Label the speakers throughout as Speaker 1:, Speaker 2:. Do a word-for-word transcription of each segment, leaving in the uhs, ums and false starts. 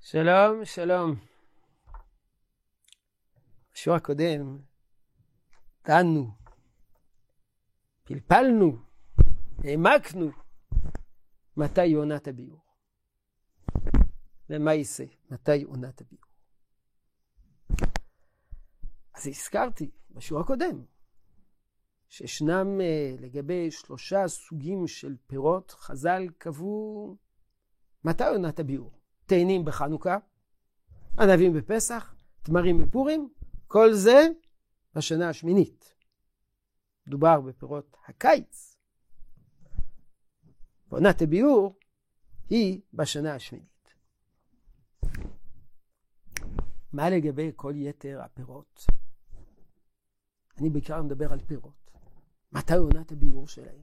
Speaker 1: שלום, שלום. בשיעור הקודם דנו, פלפלנו, העמקנו מתי עונת הביאור. ומה ייעשה? מתי עונת הביאור? אז הזכרתי בשיעור הקודם שישנם לגבי שלושה סוגים של פירות חז"ל קבעו מתי עונת הביאור. תאנים בחנוכה, ענבים בפסח, תמרים בפורים, כל זה בשנה השמינית. מדובר בפירות הקיץ. עונת הביאור היא בשנה השמינית. מה לגבי כל יתר הפירות? אני בעיקר מדבר על פירות. מתי עונת הביאור שלהם?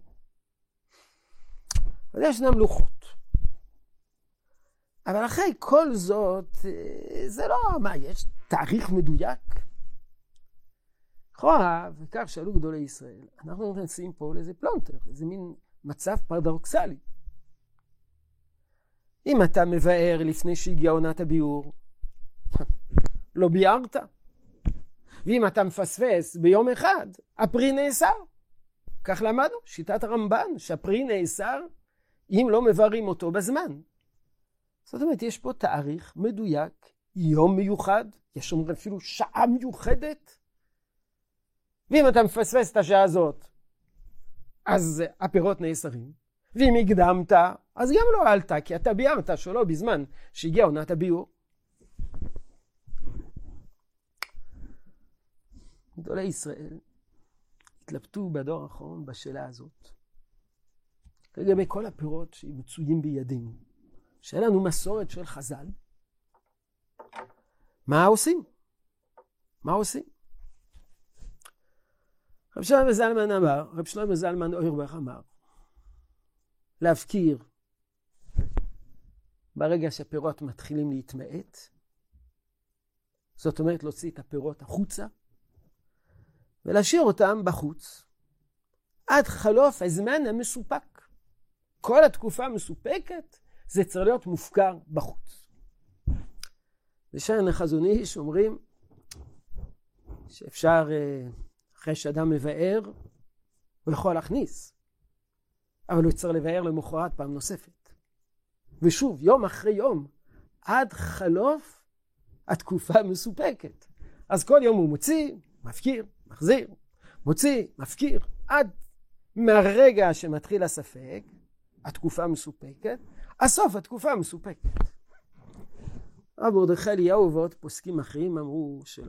Speaker 1: אז ישנם לוחות. אבל אחרי כל זאת, זה לא, מה, יש תאריך מדויק? לכאורה, וכך שאלו גדולי ישראל, אנחנו נכנסים פה לאיזה פלונטר, איזה מין מצב פרדוקסלי. אם אתה מבאר לפני שהגיעה עונת הביאור, לא ביארת. ואם אתה מפספס ביום אחד, הפרי נאסר. כך למדנו, שיטת הרמב"ן, שהפרי נאסר אם לא מבארים אותו בזמן. זאת אומרת, יש פה תאריך מדויק, יום מיוחד, יש אומרים אפילו שעה מיוחדת. ואם אתה מפספס את השעה הזאת, אז הפירות נאסרים. ואם הקדמת, אז גם לא עלת, כי אתה ביארת שלא בזמן שהגיע עונת הביאור. גדולי ישראל התלבטו בדור האחרון בשאלה הזאת. לגבי כל הפירות שמצויים בידינו. שאין לנו מסורת של חז"ל. מה עושים? מה עושים? רב שלמה זלמן אמר, רב שלמה זלמן אוירבך אמר, להפקיר ברגע שהפירות מתחילים להתמעט, זאת אומרת להוציא את הפירות החוצה, ולהשאיר אותם בחוץ, עד חלוף הזמן המסופק. כל התקופה מסופקת, זה צריך להיות מופקר בחוץ. ושאין החזון איש אומרים שאפשר, אחרי שאדם מבאר, הוא יכול להכניס, אבל הוא צריך לבאר למחרת פעם נוספת. ושוב, יום אחרי יום, עד חלוף התקופה מסופקת. אז כל יום הוא מוציא, מפקיר, מחזיר, מוציא, מפקיר, עד מהרגע שמתחיל הספק, התקופה מסופקת, הסוף התקופה מסופקת. רב מרדכי אליהו ועוד פוסקים אחרים אמרו שלא.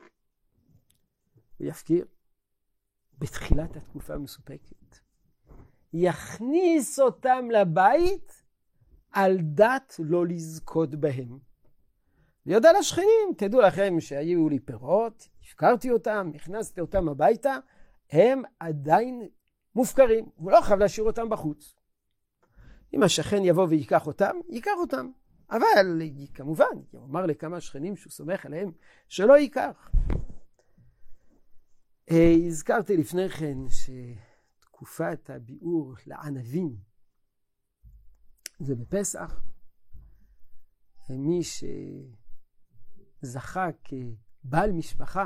Speaker 1: הוא יפקיר בתחילת התקופה מסופקת. יכניס אותם לבית על דת לא לזכות בהם. ויודע לשכנים, תדעו לכם שהיו לי פירות, הפקרתי אותם, הכנסתי אותם הביתה, הם עדיין מופקרים, הוא לא חייב להשאיר אותם בחוץ. אם השכן יבוא ויקח אותם, ייקח אותם. אבל כמובן, הוא אמר לכמה שכנים שהוא סומך עליהם שלא ייקח. הזכרתי לפני כן שתקופת הביאור לענבים זה בפסח. מי שזכה כבעל משפחה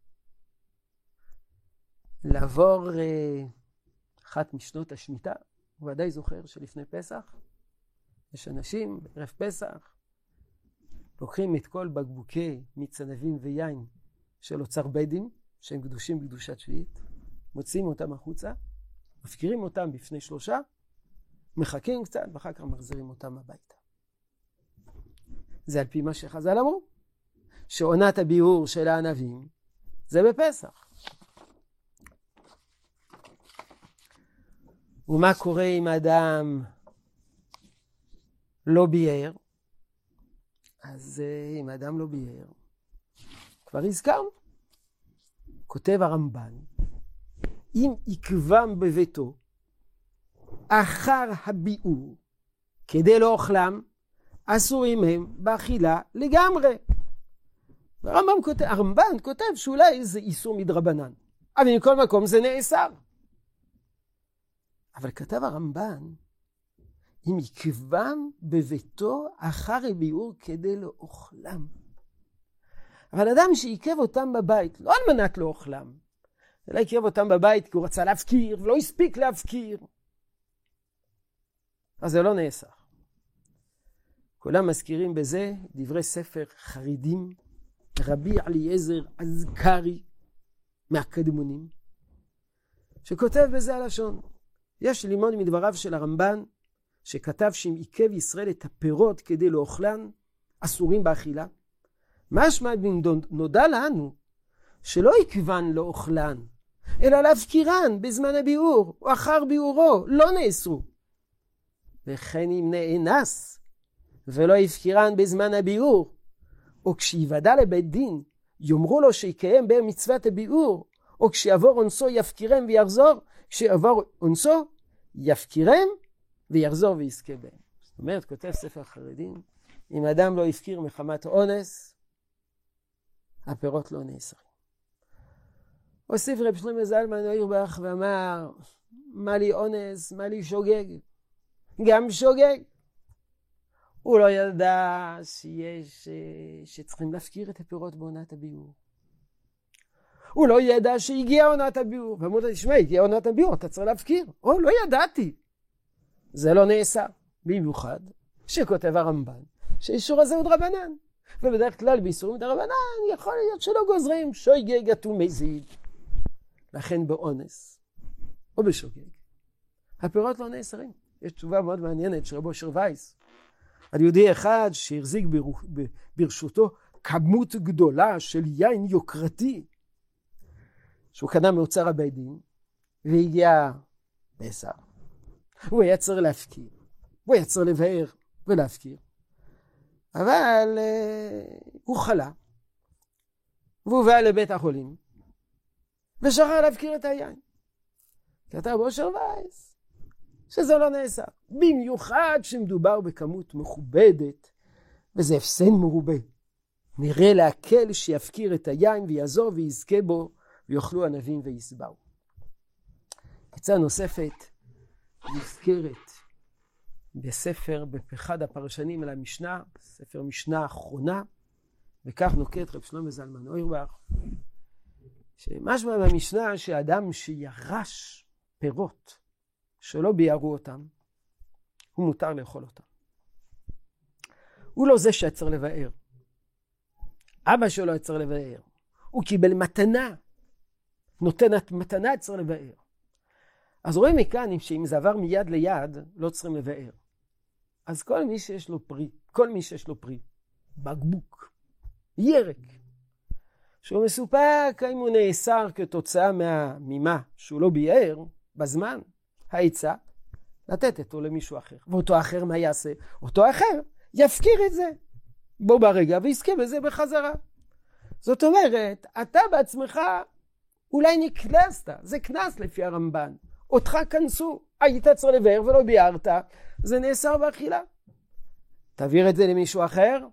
Speaker 1: לעבור אחת משנות השמיטה, הוא ודאי זוכר שלפני פסח, יש אנשים בערב פסח, לוקחים את כל בקבוקי מיץ ענבים ויין של אוצר בדים, שהם קדושים בקדושת שביעית, מוציאים אותם החוצה, מפקירים אותם בפני שלושה, מחכים קצת ואחר כך מחזירים אותם הביתה. זה על פי מה שחז"ל אמרו, שעונת הביאור של הענבים זה בפסח. ומה קורה אם אדם לא ביאר? אז אם אדם לא ביאר, כבר הזכרנו. כותב הרמב"ן, אם יקבם בביתו אחר הביאור כדי לא אוכלם, אסורים הם באכילה לגמרי. הרמב"ן כותב, הרמב"ן כותב שאולי זה איסור מדרבנן, אבל מכל מקום זה נאסר. אבל כתב הרמב"ן, אם יקבם בביתו אחר הביאור כדי לאוכלם. אבל אדם שיקב אותם בבית, לא על מנת לאוכלם, אלא יקב אותם בבית כי הוא רצה להפקיר ולא הספיק להפקיר, אז זה לא נאסר. כולם מזכירים בזה דברי ספר חרידים, רבי אליעזר אזכרי מהקדמונים, שכותב בזה הלשון. יש ללמוד מדבריו של הרמב"ן, שכתב שאם עיכב ישראל את הפירות כדי לאוכלן, אסורים באכילה. משמע נודע לנו שלא עיכבן לאוכלן, אלא להפקירן בזמן הביאור או אחר ביאורו, לא נאסרו. וכן אם נאנס ולא יפקירן בזמן הביאור, או כשיוודע לבית דין יאמרו לו שיקיים בהם מצוות הביאור, או כשיעבור אונסו יפקירם ויחזור, כשיעבור אונסו יפקירם ויחזור ויזכה בהם. זאת אומרת, כותב ספר החרדים, אם אדם לא יפקיר מחמת אונס, הפירות לא נאסרים. הוסיף רב שלמה זלמן אוירבך ואמר, מה לי אונס, מה לי שוגג? גם שוגג. הוא לא ידע שיש, שצריכים להפקיר את הפירות בעונת הביאור. הוא לא ידע שהגיעה עונת הביאור. ואמרת, תשמע, הגיעה עונת הביאור, אתה צריך להפקיר. או, לא ידעתי. זה לא נאסר. במיוחד שכותב הרמב"ן, שהאיסור הזה הוא דרבנן. ובדרך כלל באיסורים דרבנן יכול להיות שלא גוזרים שוגג אטום מזיד. לכן באונס או בשוגג הפירות לא נאסרים. יש תשובה מאוד מעניינת של רב אושר וייס על יהודי אחד שהחזיק ברשותו כמות גדולה של יין יוקרתי שהוא קנה מאוצר הבית דין והגיע פסח. הוא היה צריך להפקיר, הוא היה צריך לבאר ולהפקיר, אבל uh, הוא חלה והוא בא לבית החולים ושכח להפקיר את היין. כתב רב אושר וייס שזה לא נאסר, במיוחד שמדובר בכמות מכובדת וזה הפסד מרובה. נראה להקל שיפקיר את היין ויעזור ויזכה בו ויאכלו ענבים ויסבעו. עצה נוספת נזכרת בספר, באחד הפרשנים על המשנה, ספר משנה האחרונה, וכך נוקט רב שלמה זלמן אוירבך, שמשמע במשנה שאדם שירש פירות שלא ביארו אותם, הוא מותר לאכול אותם. הוא לא זה שצריך לבאר. אבא שלו צריך לבאר. הוא קיבל מתנה. נותנת מתנה צריך לבאר. אז רואים מכאן שאם זה עבר מיד ליד, לא צריכים לבאר. אז כל מי שיש לו פרי, כל מי שיש לו פרי, בקבוק, ירק, שהוא מסופק האם הוא נאסר כתוצאה מה, ממה שהוא לא ביאר בזמן, העצה, לתת אותו למישהו אחר. ואותו אחר מה יעשה? אותו אחר יפקיר את זה בו ברגע ויזכה בזה בחזרה. זאת אומרת, אתה בעצמך אולי נקנסת, זה כנס לפי הרמב"ן. אותך כנסו, היית צריך לבאר ולא ביארת, זה נאסר באכילה. תעביר את זה למישהו אחר,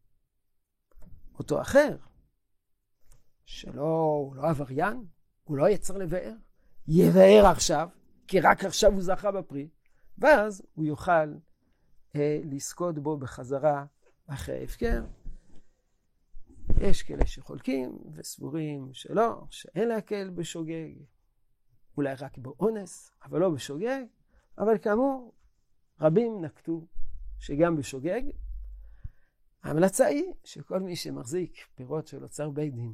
Speaker 1: אותו אחר, שלא, הוא לא עבריין, הוא לא יצר לבאר, יבאר עכשיו, כי רק עכשיו הוא זכה בפרי, ואז הוא יוכל אה, לזכות בו בחזרה אחרי ההפקר. יש כאלה שחולקים וסבורים שלא, שאין להקל בשוגג, אולי רק באונס, אבל לא בשוגג, אבל כאמור, רבים נקטו שגם בשוגג. ההמלצה היא שכל מי שמחזיק פירות של אוצר בית דין,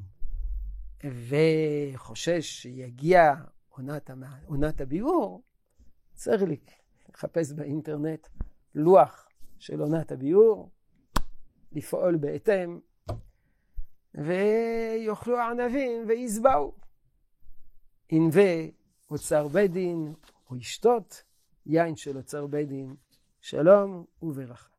Speaker 1: וחושש שיגיע עונת, עונת הביאור, צריך לחפש באינטרנט לוח של עונת הביאור, לפעול בהתאם, ויאכלו ענבים ויסבעו. ינווה אוצר בית דין או ישתות יין של אוצר בית דין, שלום וברכה.